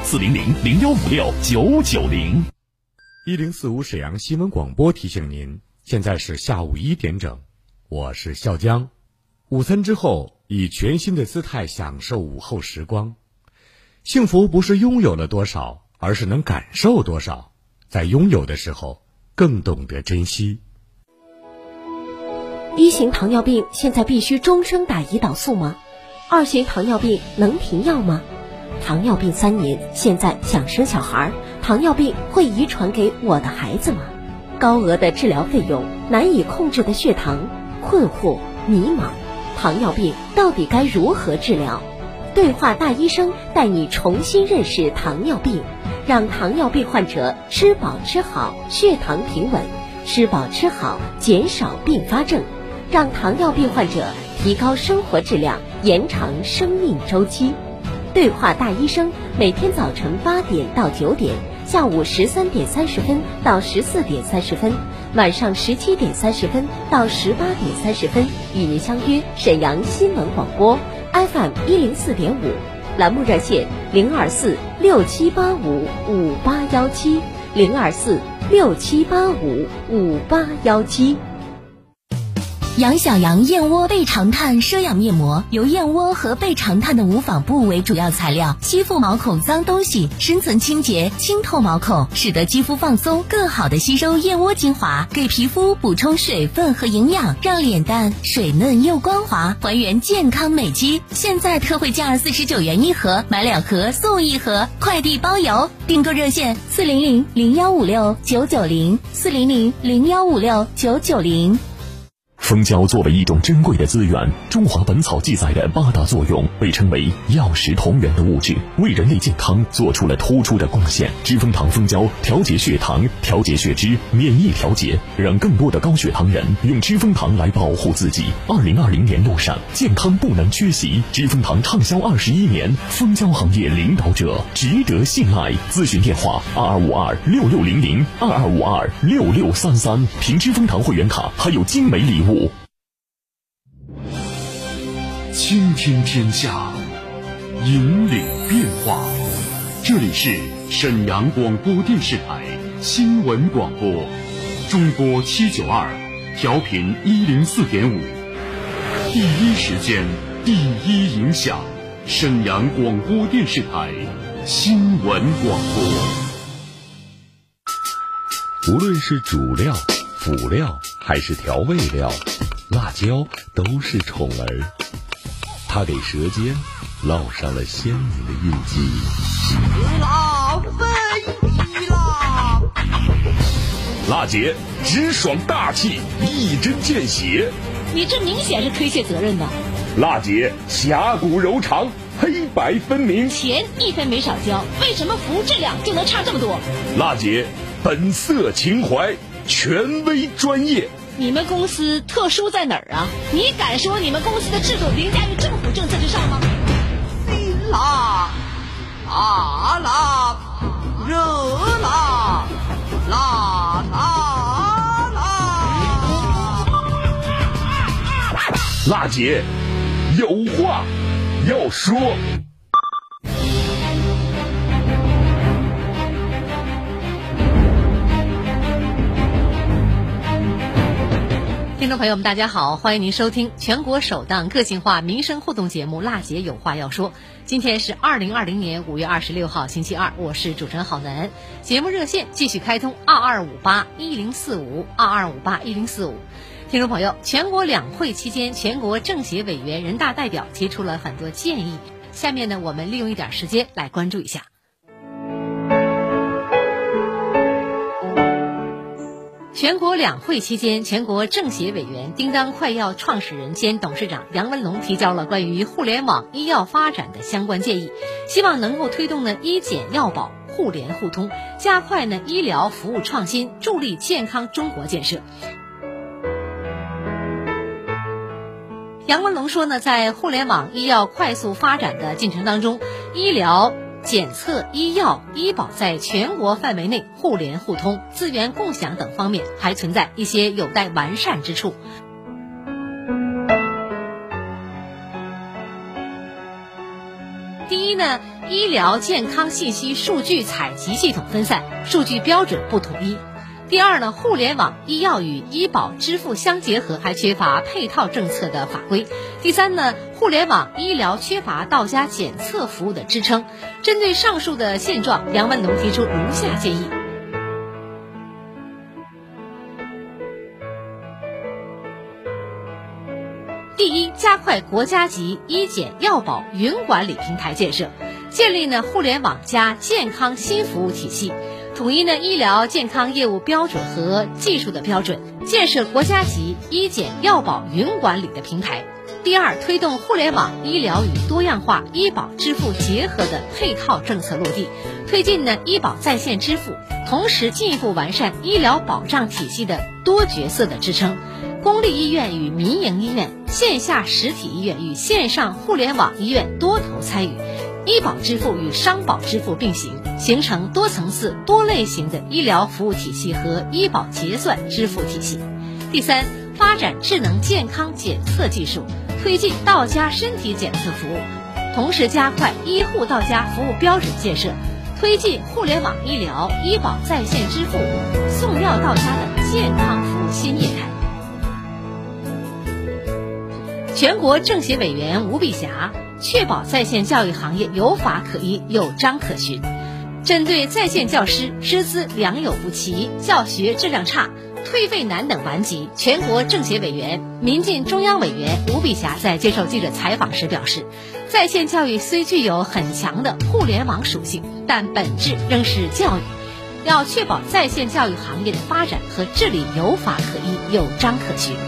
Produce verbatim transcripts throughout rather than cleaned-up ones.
四零零零幺五六九九零。 一零四五沈阳新闻广播提醒您，现在是下午一点整，我是笑江。午餐之后，以全新的姿态享受午后时光。幸福不是拥有了多少，而是能感受多少。在拥有的时候，更懂得珍惜。 一型糖尿病现在必须终生打胰岛素吗？二型糖尿病能停药吗？糖尿病三年，现在想生小孩，糖尿病会遗传给我的孩子吗？高额的治疗费用，难以控制的血糖，困惑迷茫，糖尿病到底该如何治疗？对话大医生带你重新认识糖尿病，让糖尿病患者吃饱吃好，血糖平稳，吃饱吃好，减少并发症，让糖尿病患者提高生活质量，延长生命周期。对话大医生每天早晨八点到九点，下午十三点三十分到十四点三十分，晚上十七点三十分到十八点三十分，与您相约沈阳新闻广播 F M 一零四点五，栏目热线零二四六七八五五八幺七零二四六七八五五八幺七。 杨小羊燕窝倍长炭奢养面膜由燕窝和倍长炭的无纺布为主要材料，吸附毛孔脏东西，深层清洁，清透毛孔，使得肌肤放松，更好的吸收燕窝精华，给皮肤补充水分和营养，让脸蛋水嫩又光滑，还原健康美肌。现在特惠价四十九元一盒，买两盒送一盒，快递包邮。订购热线四零零零幺五六九九零四零零零幺五六九九零。 蜂胶作为一种珍贵的资源，中华本草记载的八大作用被称为药食同源的物质，为人类健康做出了突出的贡献。知蜂糖蜂胶调节血糖，调节血脂，免疫调节，让更多的高血糖人用知蜂糖来保护自己。二零二零年路上，健康不能缺席，知蜂糖畅销二十一年，蜂胶行业领导者，值得信赖。咨询电话二二五二六六零零二二五二六六三三，凭知蜂糖会员卡还有精美礼物。 倾听天下，引领变化。这里是沈阳广播电视台新闻广播，中波七九二，调频一零四点五，第一时间，第一影响。沈阳广播电视台新闻广播。无论是主料、辅料还是调味料，辣椒都是宠儿。它给舌尖烙上了鲜明的印记。 辣飞一辣！ 辣姐直爽大气，一针见血。 你这明显是推卸责任的。 辣姐侠骨柔肠，黑白分明。 钱一分没少交，为什么服务质量就能差这么多？ 辣姐本色情怀，权威专业。 你们公司特殊在哪儿啊？你敢说你们公司的制度凌驾于政府政策之上吗？ 辣辣辣热辣辣辣辣！ 辣姐有话要说。 听众朋友们大家好，欢迎您收听全国首档个性化民生互动节目《辣姐有话要说》。今天是二零二零年五月二十六号星期二，我是主持人郝楠。节目热线继续开通二二五八一零四五二二五八一零四五。听众朋友，全国两会期间，全国政协委员、人大代表提出了很多建议，下面呢，我们利用一点时间来关注一下。全国两会期间，全国政协委员、叮当快药创始人兼董事长杨文龙提交了关于互联网医药发展的相关建议，希望能够推动呢医检药保互联互通，加快呢医疗服务创新，助力健康中国建设。杨文龙说呢，在互联网医药快速发展的进程当中，医疗检测、医药、医保在全国范围内互联互通、资源共享等方面还存在一些有待完善之处。第一呢， 医疗健康信息数据采集系统分散，数据标准不统一。第二呢，互联网医药与医保支付相结合，还缺乏配套政策的法规。第三呢，互联网医疗缺乏到家检测服务的支撑。针对上述的现状，杨文龙提出如下建议。第一，加快国家级医检药保云管理平台建设，建立呢互联网加健康新服务体系，统一呢医疗健康业务标准和技术的标准，建设国家级医检药保云管理的平台。第二，推动互联网医疗与多样化医保支付结合的配套政策落地，推进呢医保在线支付，同时进一步完善医疗保障体系的多角色的支撑。公立医院与民营医院、线下实体医院与线上互联网医院多头参与，医保支付与商保支付并行，形成多层次、多类型的医疗服务体系和医保结算支付体系。第三，发展智能健康检测技术，推进到家身体检测服务，同时加快医护到家服务标准建设，推进互联网医疗、医保在线支付、送药到家的健康服务新业态。全国政协委员吴碧霞确保在线教育行业有法可依、有章可循。针对在线教师师资良莠不齐、教学质量差、退费难等顽疾，全国政协委员、民进中央委员吴碧霞在接受记者采访时表示，在线教育虽具有很强的互联网属性，但本质仍是教育，要确保在线教育行业的发展和治理有法可依、有章可循。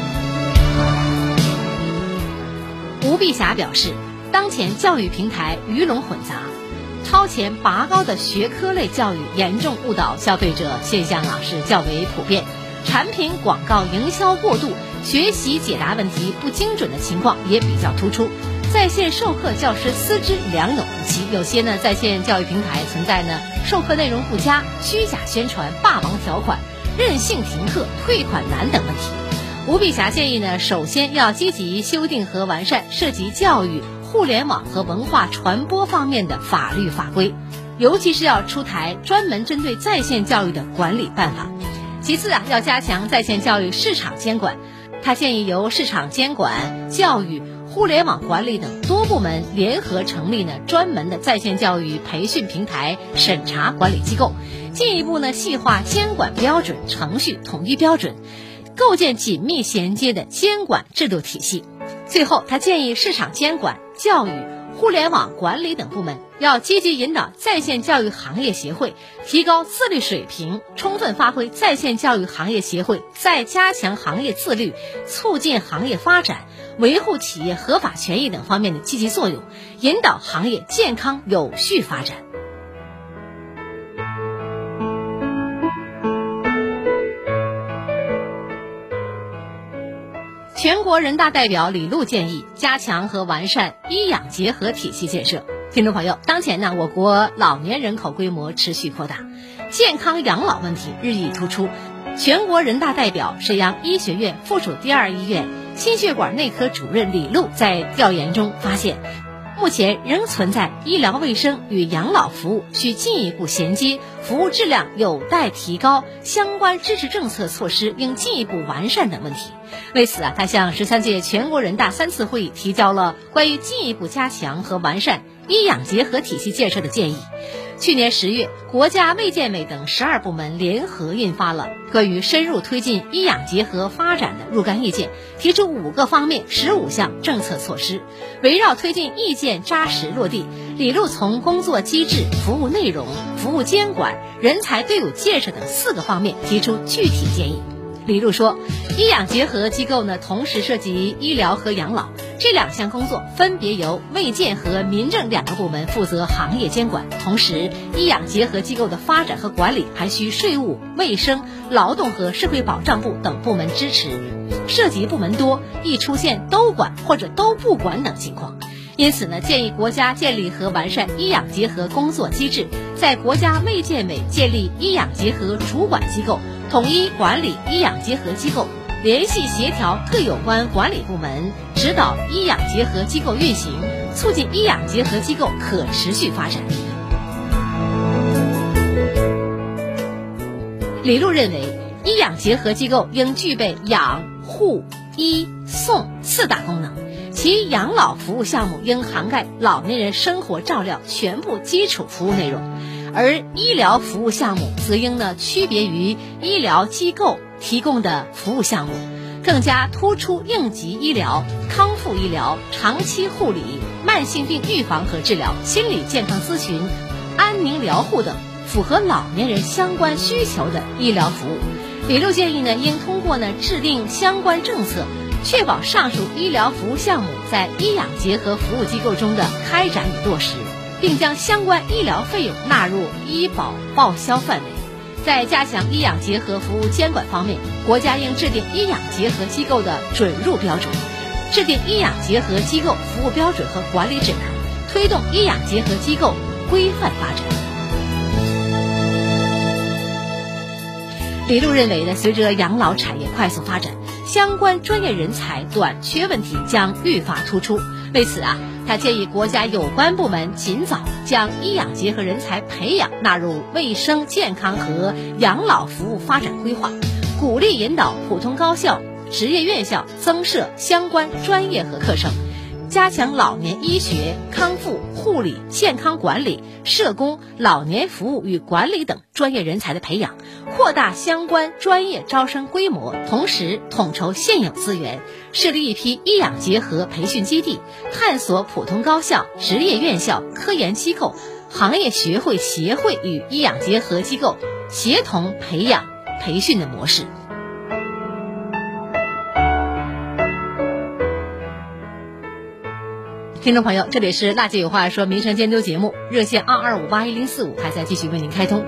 吴碧霞表示，当前教育平台鱼龙混杂，超前拔高的学科类教育严重误导消费者现象啊是较为普遍，产品广告营销过度，学习解答问题不精准的情况也比较突出。在线授课教师师资良莠不齐，有些呢在线教育平台存在呢授课内容不佳、虚假宣传、霸王条款、任性停课、退款难等问题。吴碧霞建议呢，首先要积极修订和完善涉及教育、互联网和文化传播方面的法律法规，尤其是要出台专门针对在线教育的管理办法。其次啊，要加强在线教育市场监管。他建议由市场监管、教育、互联网管理等多部门联合成立呢专门的在线教育培训平台审查管理机构，进一步呢细化监管标准、程序统一标准，构建紧密衔接的监管制度体系。最后，他建议市场监管、教育、互联网管理等部门要积极引导在线教育行业协会提高自律水平，充分发挥在线教育行业协会在加强行业自律、促进行业发展、维护企业合法权益等方面的积极作用，引导行业健康有序发展。全国人大代表李璐建议加强和完善医养结合体系建设。听众朋友，当前呢，我国老年人口规模持续扩大，健康养老问题日益突出。全国人大代表、沈阳医学院附属第二医院心血管内科主任李璐在调研中发现，目前仍存在医疗卫生与养老服务需进一步衔接，服务质量有待提高，相关支持政策措施应进一步完善等问题。为此啊，他向十三届全国人大三次会议提交了关于进一步加强和完善医养结合体系建设的建议。去年十月，国家卫健委等十二部门联合印发了关于深入推进医养结合发展的若干意见，提出五个方面、十五项政策措施。围绕推进意见扎实落地，李璐从工作机制、服务内容、服务监管、人才队伍建设等四个方面提出具体建议。李璐说，医养结合机构呢，同时涉及医疗和养老，这两项工作分别由卫健和民政两个部门负责行业监管。同时，医养结合机构的发展和管理还需税务、卫生、劳动和社会保障部等部门支持，涉及部门多，易出现都管或者都不管等情况。因此呢，建议国家建立和完善医养结合工作机制，在国家卫健委建立医养结合主管机构，统一管理医养结合机构，联系协调各有关管理部门，指导医养结合机构运行， 促进医养结合机构可持续发展。李路认为，医养结合机构应具备养、护、医、送四大功能，其养老服务项目应涵盖老年人生活照料全部基础服务内容，而医疗服务项目则应呢区别于医疗机构提供的服务项目，更加突出应急医疗、康复医疗、长期护理、慢性病预防和治疗、心理健康咨询、安宁疗护等符合老年人相关需求的医疗服务。李路建议呢，应通过呢制定相关政策，确保上述医疗服务项目在医养结合服务机构中的开展与落实，并将相关医疗费用纳入医保报销范围。在加强医养结合服务监管方面，国家应制定医养结合机构的准入标准，制定医养结合机构服务标准和管理指南，推动医养结合机构规范发展。李路认为呢，随着养老产业快速发展，相关专业人才短缺问题将愈发突出。为此啊，他建议国家有关部门尽早将医养结合人才培养纳入卫生健康和养老服务发展规划，鼓励引导普通高校、职业院校增设相关专业和课程，加强老年医学、康复、护理、健康管理、社工、老年服务与管理等专业人才的培养，扩大相关专业招生规模，同时统筹现有资源，设立一批医养结合培训基地，探索普通高校、职业院校、科研机构、行业学会协会与医养结合机构协同培养培训的模式。听众朋友，这里是辣姐有话说民生监督节目，热线二二五八一零四五还在继续为您开通。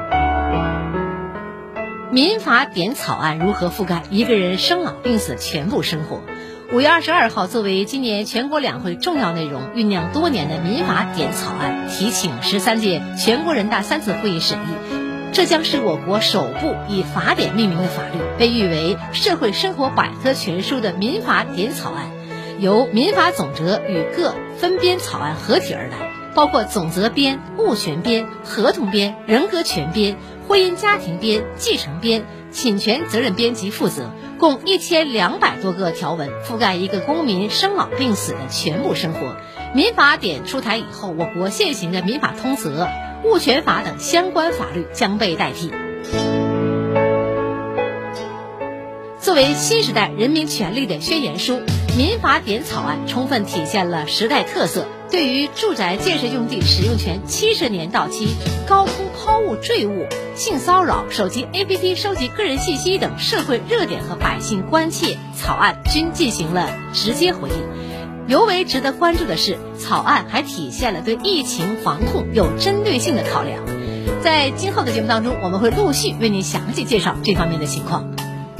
民法典草案如何覆盖一个人生老病死全部生活？五月二十二号，作为今年全国两会重要内容，酝酿多年的民法典草案提请十三届全国人大三次会议审议。这将是我国首部以法典命名的法律，被誉为社会生活百科全书的民法典草案，由民法总则与各分编草案合体而来，包括总则编、物权编、合同编、人格权编、婚姻家庭编、继承编、侵权责任编及负责，共一千两百多个条文，覆盖一个公民生老病死的全部生活。民法典出台以后，我国现行的民法通则、物权法等相关法律将被代替。作为新时代人民权利的宣言书，民法典草案充分体现了时代特色，对于住宅建设用地使用权七十年到期、高空抛物坠物、性骚扰、手机 A P P 收集个人信息等社会热点和百姓关切，草案均进行了直接回应。尤为值得关注的是，草案还体现了对疫情防控有针对性的考量。在今后的节目当中，我们会陆续为您详细介绍这方面的情况。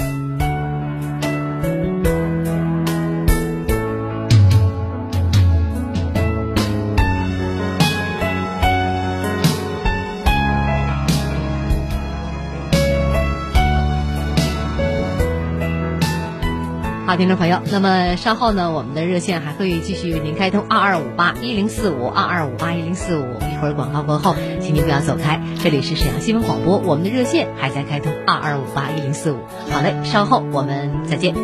好，听众朋友，那么稍后呢，我们的热线还会继续为您开通二二五八一零四五二二五八一零四五。一会儿广告过后，请您不要走开，这里是沈阳新闻广播，我们的热线还在开通二二五八一零四五。好嘞，稍后我们再见。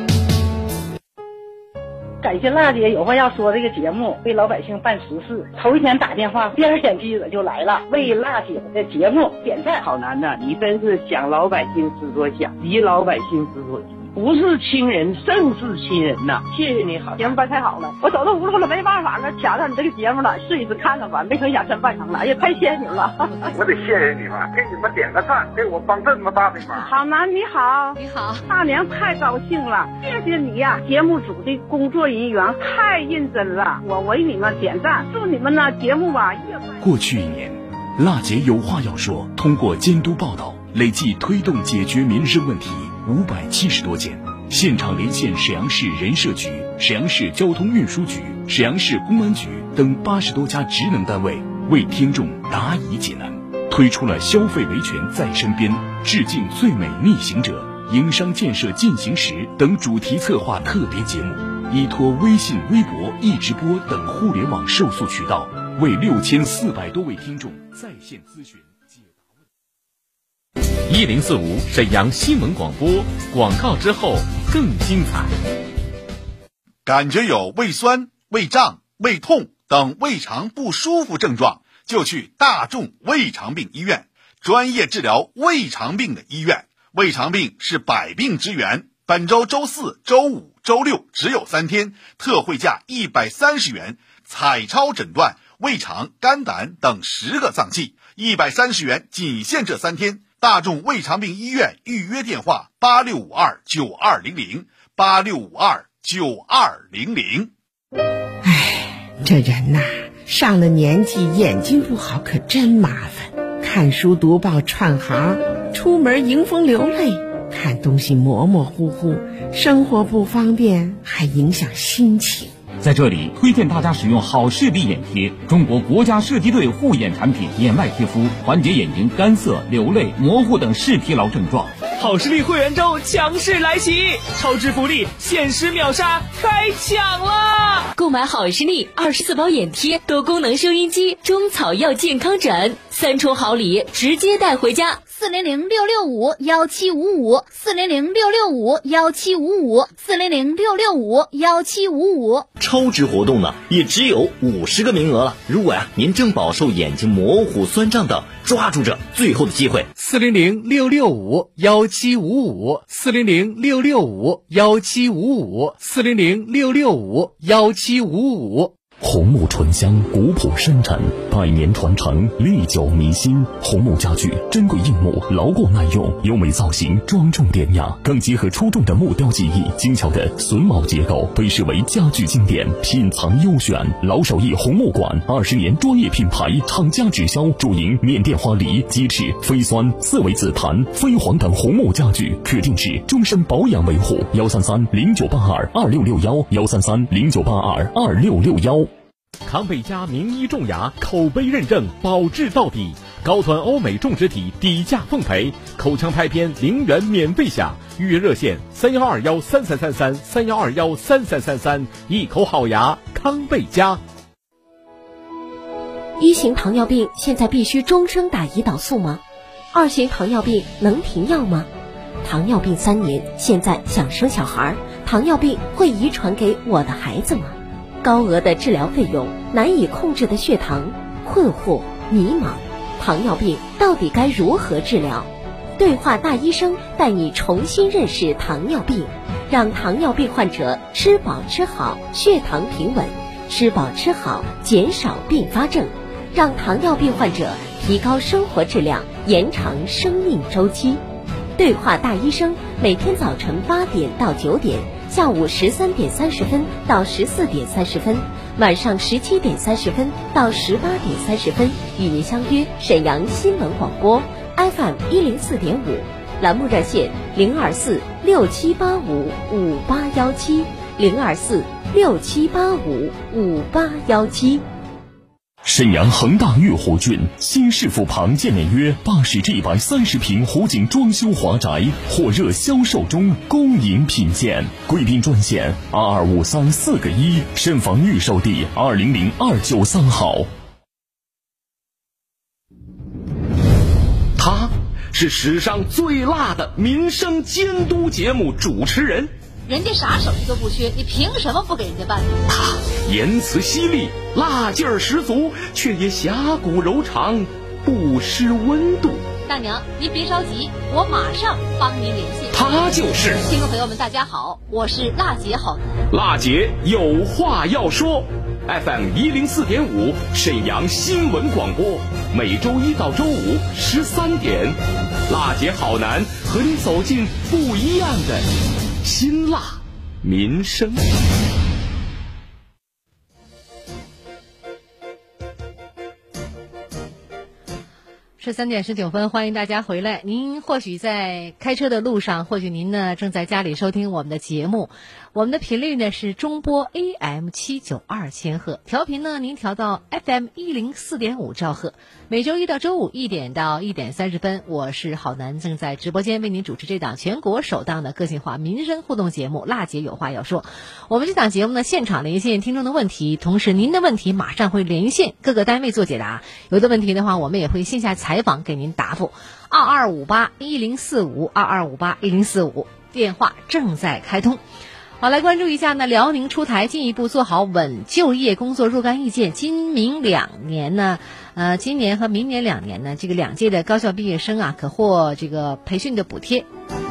感谢辣姐有话要说这个节目，为老百姓办实事。头一天打电话，第二天记者就来了，为辣姐的节目点赞。 好男呐，你真是想老百姓之所想，急老百姓之所急。不是亲人胜似亲人呐！谢谢你好， 节目办太好了，我走到葫芦了没办法了，抢到你这个节目了，试一试看看吧，没成想真办成了，哎呀，太谢谢你了！ 我得谢谢你们，给你们点个赞，给我帮这么大的忙。 好男你好， 你好， 大娘太高兴了，谢谢你呀！节目组的工作人员太认真了，我为你们点赞，祝你们呢节目吧越办。 过去一年，辣姐有话要说，通过监督报道，累计推动解决民生问题五百七十多件，现场连线沈阳市人社局、沈阳市交通运输局、沈阳市公安局等八十多家职能单位，为听众答疑解难，推出了消费维权在身边、致敬最美逆行者、营商建设进行时等主题策划特别节目， 依托微信、微博、易直播等互联网受诉渠道，为六千四百多位听众在线咨询解答问题。 一零四五沈阳新闻广播，广告之后更精彩。 感觉有胃酸、胃胀、胃痛等胃肠不舒服症状，就去大众胃肠病医院，专业治疗胃肠病的医院。胃肠病是百病之源，本周周四、周五、周六只有三天，特惠价一百三十元，彩超诊断胃肠、肝胆等十个脏器，一百三十元，仅限这三天。大众胃肠病医院预约电话：八六五二九二零零八六五二九二零零。 唉，这人呐，上了年纪眼睛不好可真麻烦，看书读报串行，出门迎风流泪，看东西模模糊糊，生活不方便，还影响心情。 在这里推荐大家使用好视力眼贴，中国国家射击队护眼产品，眼外贴敷，缓解眼睛干涩、流泪、模糊等视疲劳症状。 好视力会员周强势来袭，超值福利，限时秒杀，开抢啦！ 购买好视力二十四包眼贴、多功能收音机、中草药健康枕，三重好礼，直接带回家。 四零零六六五幺七五五，四零零六六五幺七五五，四零零六六五幺七五五。 超值活动呢，也只有五十个名额了。如果呀，您正饱受眼睛模糊、酸胀等，抓住这最后的机会。 四零零六六五幺七五五，四零零六六五幺七五五，四零零六六五幺七五五。 红木醇香，古朴深沉，百年传承，历久弥新。红木家具珍贵硬木，牢固耐用，优美造型，庄重典雅，更结合出众的木雕技艺，精巧的榫卯结构，被视为家具经典，品藏优选。老手艺红木馆二十年专业品牌，厂家直销，主营缅甸花梨、鸡翅、飞酸、四维紫檀、飞黄等红木家具，可定制终身保养维护。幺三三零九八二二六六幺，幺三三零九八二二六六幺。 康贝佳名医种牙，口碑认证，保质到底，高端欧美种植体，底价奉陪，口腔拍片零元免费下，预约热线三幺二幺三三三三三幺二幺三三三三，一口好牙，康贝佳。 一型糖尿病现在必须终生打胰岛素吗？二型糖尿病能停药吗？糖尿病三年，现在想生小孩，糖尿病会遗传给我的孩子吗？高额的治疗费用，难以控制的血糖，困惑迷茫，糖尿病到底该如何治疗？对话大医生带你重新认识糖尿病，让糖尿病患者吃饱吃好，血糖平稳，吃饱吃好，减少并发症，让糖尿病患者提高生活质量，延长生命周期。对话大医生，每天早晨八点到九点，下午十三点三十分到十四点三十分，晚上十七点三十分到十八点三十分，与您相约沈阳新闻广播 F M 一零四点五，栏目热线零二四六七八五五八幺七零二四六七八五五八幺七。 沈阳恒大悦湖郡新市府旁建面约八十至一百三十平湖景装修华宅，火热销售中，恭迎品鉴。贵宾专线二二五三四个一，慎房预售地二零零二九三号。 他是史上最辣的民生监督节目主持人。 人家啥手艺都不缺，你凭什么不给人家办？ 他言辞犀利，辣劲儿十足，却也侠骨柔肠，不失温度。 大娘，您别着急，我马上帮您联系。 他就是听众朋友们，大家好，我是辣姐好男。 辣姐有话要说 ，F M 一零四点五，沈阳新闻广播，每周一到周五十三点，辣姐好男和你走进不一样的辛辣民生。 十三点十九分，欢迎大家回来。您或许在开车的路上，或许您呢正在家里收听我们的节目。我们的频率呢是中波 A M 七九二千赫，调频呢您调到 F M 一零四点五兆赫。每周一到周五一点到一点三十分，我是郝楠，正在直播间为您主持这档全国首档的个性化民生互动节目《辣姐有话要说》。我们这档节目呢，现场连线听众的问题，同时您的问题马上会连线各个单位做解答。有的问题的话，我们也会线下采访给您答复。二二五八一零四五二二五八一零四五电话正在开通。好，来关注一下呢，辽宁出台进一步做好稳就业工作若干意见。今明两年呢，呃，今年和明年两年呢，这个两届的高校毕业生啊，可获这个培训的补贴。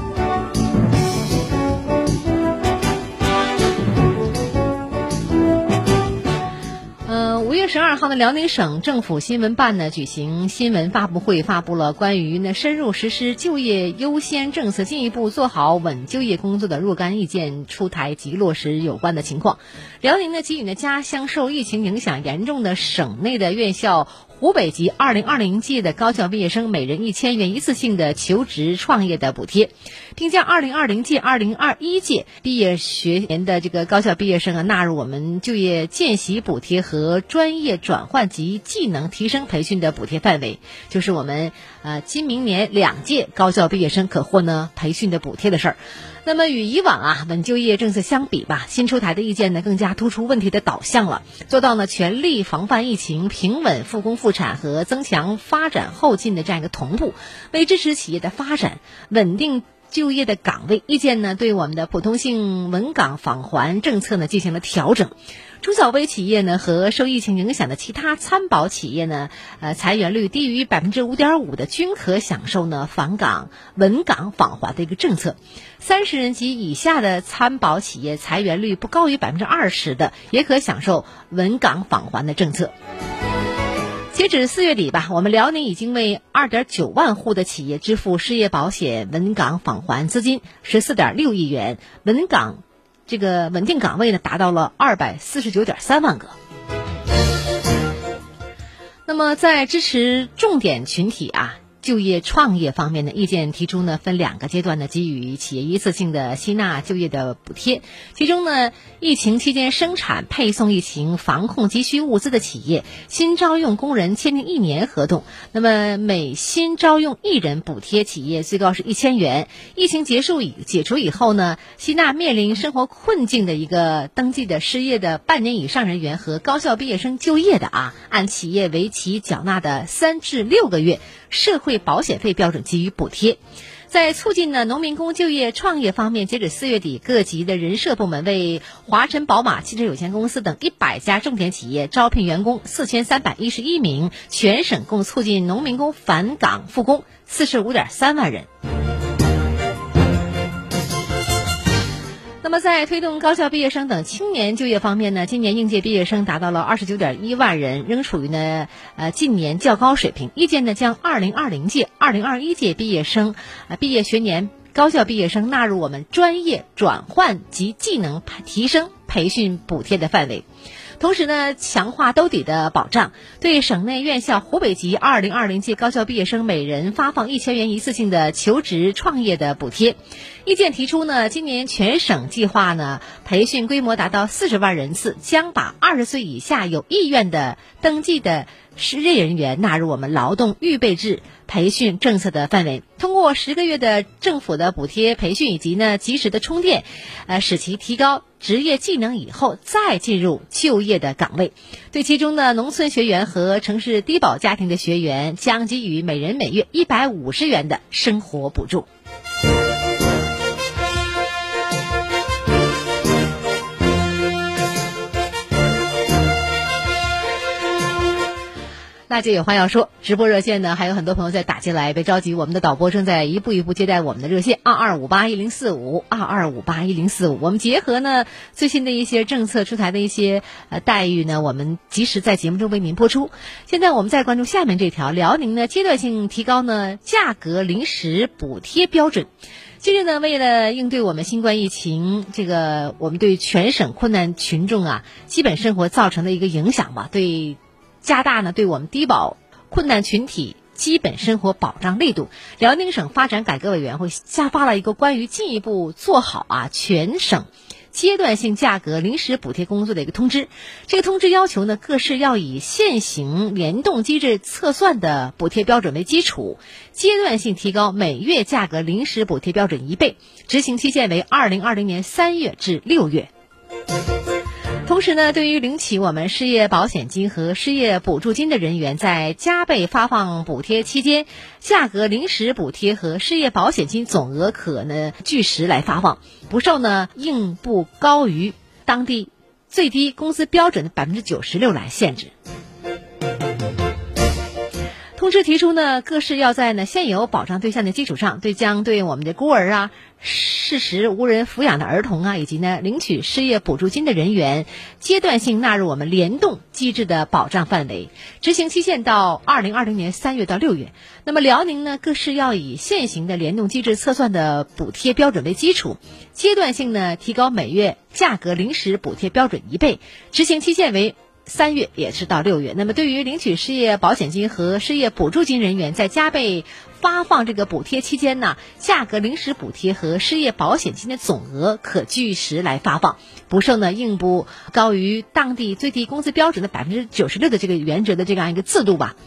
呃，五月十二号呢，辽宁省政府新闻办呢举行新闻发布会，发布了关于呢深入实施就业优先政策，进一步做好稳就业工作的若干意见出台及落实有关的情况。辽宁呢给予呢家乡受疫情影响严重的省内的院校湖北籍二零二零届的高校毕业生每人一千元一次性的求职创业的补贴，并将二零二零届、二零二一届毕业学年的这个高校毕业生啊纳入我们就业见习补贴和专业转换及技能提升培训的补贴范围，就是我们呃今明年两届高校毕业生可获呢培训的补贴的事儿。那么与以往啊稳就业政策相比吧，新出台的意见呢更加突出问题的导向了，做到呢全力防范疫情、平稳复工复产和增强发展后劲的这样一个同步，为支持企业的发展、稳定就业的岗位，意见呢对我们的普通性稳岗返还政策呢进行了调整。中小微企业呢和受疫情影响的其他参保企业呢，呃，裁员率低于百分之五点五的均可享受呢返岗稳岗返还的一个政策。三十人及以下的参保企业裁员率不高于百分之二十的，也可享受稳岗返还的政策。截止四月底吧，我们辽宁已经为二点九万户的企业支付失业保险稳岗返还资金十四点六亿元，稳岗这个稳定岗位呢达到了二百四十九点三万个。那么在支持重点群体啊就业创业方面的意见提出呢，分两个阶段呢给予企业一次性的吸纳就业的补贴。其中呢，疫情期间生产配送疫情防控急需物资的企业，新招用工人签订一年合同，那么每新招用一人补贴企业最高是一千元。疫情结束以解除以后呢，吸纳面临生活困境的一个登记的失业的半年以上人员和高校毕业生就业的啊，按企业为其缴纳的三至六个月社会保险费标准给予补贴。在促进呢农民工就业创业方面，截止四月底，各级的人社部门为华晨宝马汽车有限公司等一百家重点企业招聘员工四千三百一十一名，全省共促进农民工返岗复工四十五点三万人。那么在推动高校毕业生等青年就业方面呢，今年应届毕业生达到了二十九点一万人，仍处于呢呃近年较高水平。意见呢将二零二零届、二零二一届毕业生呃毕业学年高校毕业生纳入我们专业转换及技能提升培训补贴的范围。同时呢，强化兜底的保障，对省内院校湖北籍二零二零届高校毕业生每人发放一千元一次性的求职创业的补贴。意见提出呢，今年全省计划呢培训规模达到四十万人次，将把二十岁以下有意愿的登记的失业人员纳入我们劳动预备制培训政策的范围，通过十个月的政府的补贴培训以及呢及时的充电，呃，使其提高职业技能以后再进入就业的岗位。对其中的农村学员和城市低保家庭的学员，将给予每人每月一百五十元的生活补助。娜姐有话要说，直播热线呢还有很多朋友在打进来，别着急，我们的导播正在一步一步接待我们的热线二二五八一零四五二二五八一零四五。我们结合呢最新的一些政策出台的一些呃待遇呢，我们及时在节目中为您播出。现在我们再关注下面这条，辽宁呢阶段性提高呢价格临时补贴标准。近日呢，为了应对我们新冠疫情，这个我们对全省困难群众啊基本生活造成的一个影响吧，对加大呢对我们低保困难群体基本生活保障力度，辽宁省发展改革委员会下发了一个关于进一步做好啊全省阶段性价格临时补贴工作的一个通知。这个通知要求呢，各市要以现行联动机制测算的补贴标准为基础，阶段性提高每月价格临时补贴标准一倍，执行期限为二零二零年三月至六月。同时呢，对于领取我们失业保险金和失业补助金的人员，在加倍发放补贴期间，价格临时补贴和失业保险金总额可呢据实来发放，不受呢应不高于当地最低工资标准的百分之九十六来限制。通知提出呢，各市要在呢现有保障对象的基础上，对将对我们的孤儿啊、适时无人抚养的儿童啊，以及呢领取失业补助金的人员，阶段性纳入我们联动机制的保障范围，执行期限到二零二零年三月到六月。那么辽宁呢，各市要以现行的联动机制测算的补贴标准为基础，阶段性呢提高每月价格临时补贴标准一倍，执行期限为三月也是到六月。那么对于领取失业保险金和失业补助金人员，在加倍发放这个补贴期间呢，价格临时补贴和失业保险金的总额可据实来发放，不受呢应不高于当地最低工资标准的百分之九十六的这个原则的这样一个制度吧。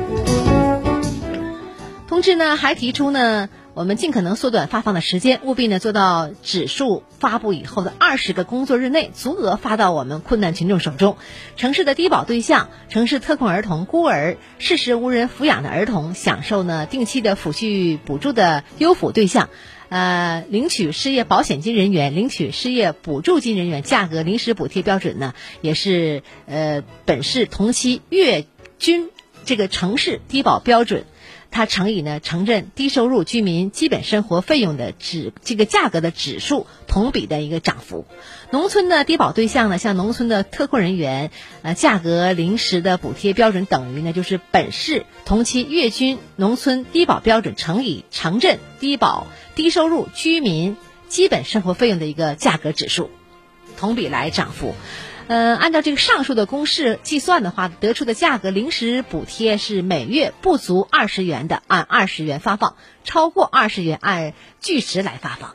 通知呢还提出呢，我们尽可能缩短发放的时间，务必呢做到指数发布以后的二十个工作日内足额发到我们困难群众手中。城市的低保对象、城市特困儿童、孤儿、适时无人抚养的儿童，享受呢定期的抚恤补助的优抚对象，呃，领取失业保险金人员、领取失业补助金人员价格临时补贴标准呢，也是呃本市同期月均这个城市低保标准，它乘以呢城镇低收入居民基本生活费用的指这个价格的指数同比的一个涨幅。农村的低保对象呢，像农村的特困人员，呃，价格临时的补贴标准等于呢就是本市同期月均农村低保标准乘以城镇低保低收入居民基本生活费用的一个价格指数，同比来涨幅。呃，按照这个上述的公式计算的话，得出的价格临时补贴是每月不足二十元的按二十元发放，超过二十元按据实来发放。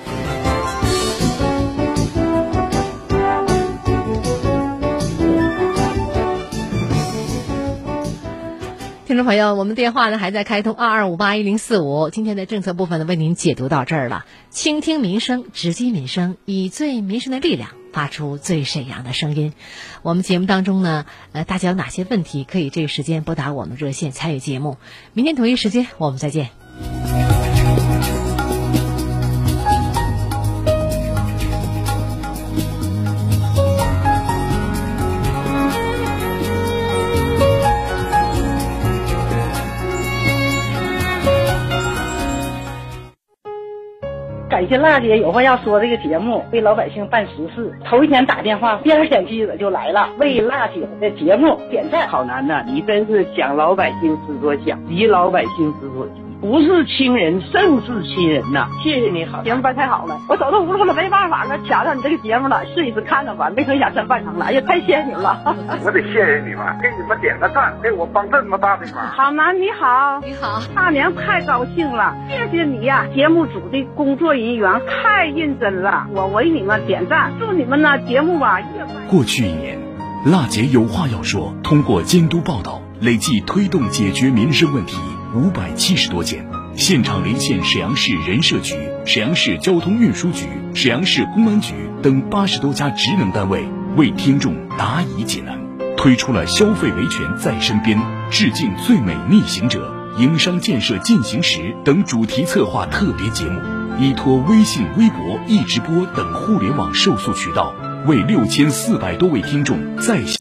听众朋友，我们电话呢还在开通二二五八一零四五。今天的政策部分呢为您解读到这儿了。倾听民生，直击民生，以最民生的力量发出最沈阳的声音。我们节目当中呢，呃，大家有哪些问题可以这个时间拨打我们热线参与节目。明天同一时间我们再见。 感谢辣姐有话要说这个节目，为老百姓办实事。头一天打电话，第二天记者就来了，为辣姐的节目点赞。 好男呐，你真是想老百姓之所想，急老百姓之所急，不是亲人胜似亲人呐！谢谢你好， 节目办太好了，我走投无路了，没办法了，抢上你这个节目了，试一试看看吧，没成想真办成了，哎呀，太谢谢你了！ 我得谢谢你们，给你们点个赞，给我帮这么大的忙。 好男你好， 你好， 大娘太高兴了，谢谢你呀！节目组的工作人员太认真了，我为你们点赞，祝你们呢节目吧越办。 过去一年，辣姐有话要说，通过监督报道，累计推动解决民生问题五百七十多件，现场连线沈阳市人社局、沈阳市交通运输局、沈阳市公安局等八十多家职能单位，为听众答疑解难，推出了消费维权在身边、致敬最美逆行者、营商建设进行时等主题策划特别节目，依托微信、微博、易直播等互联网受诉渠道，为六千四百多位听众在线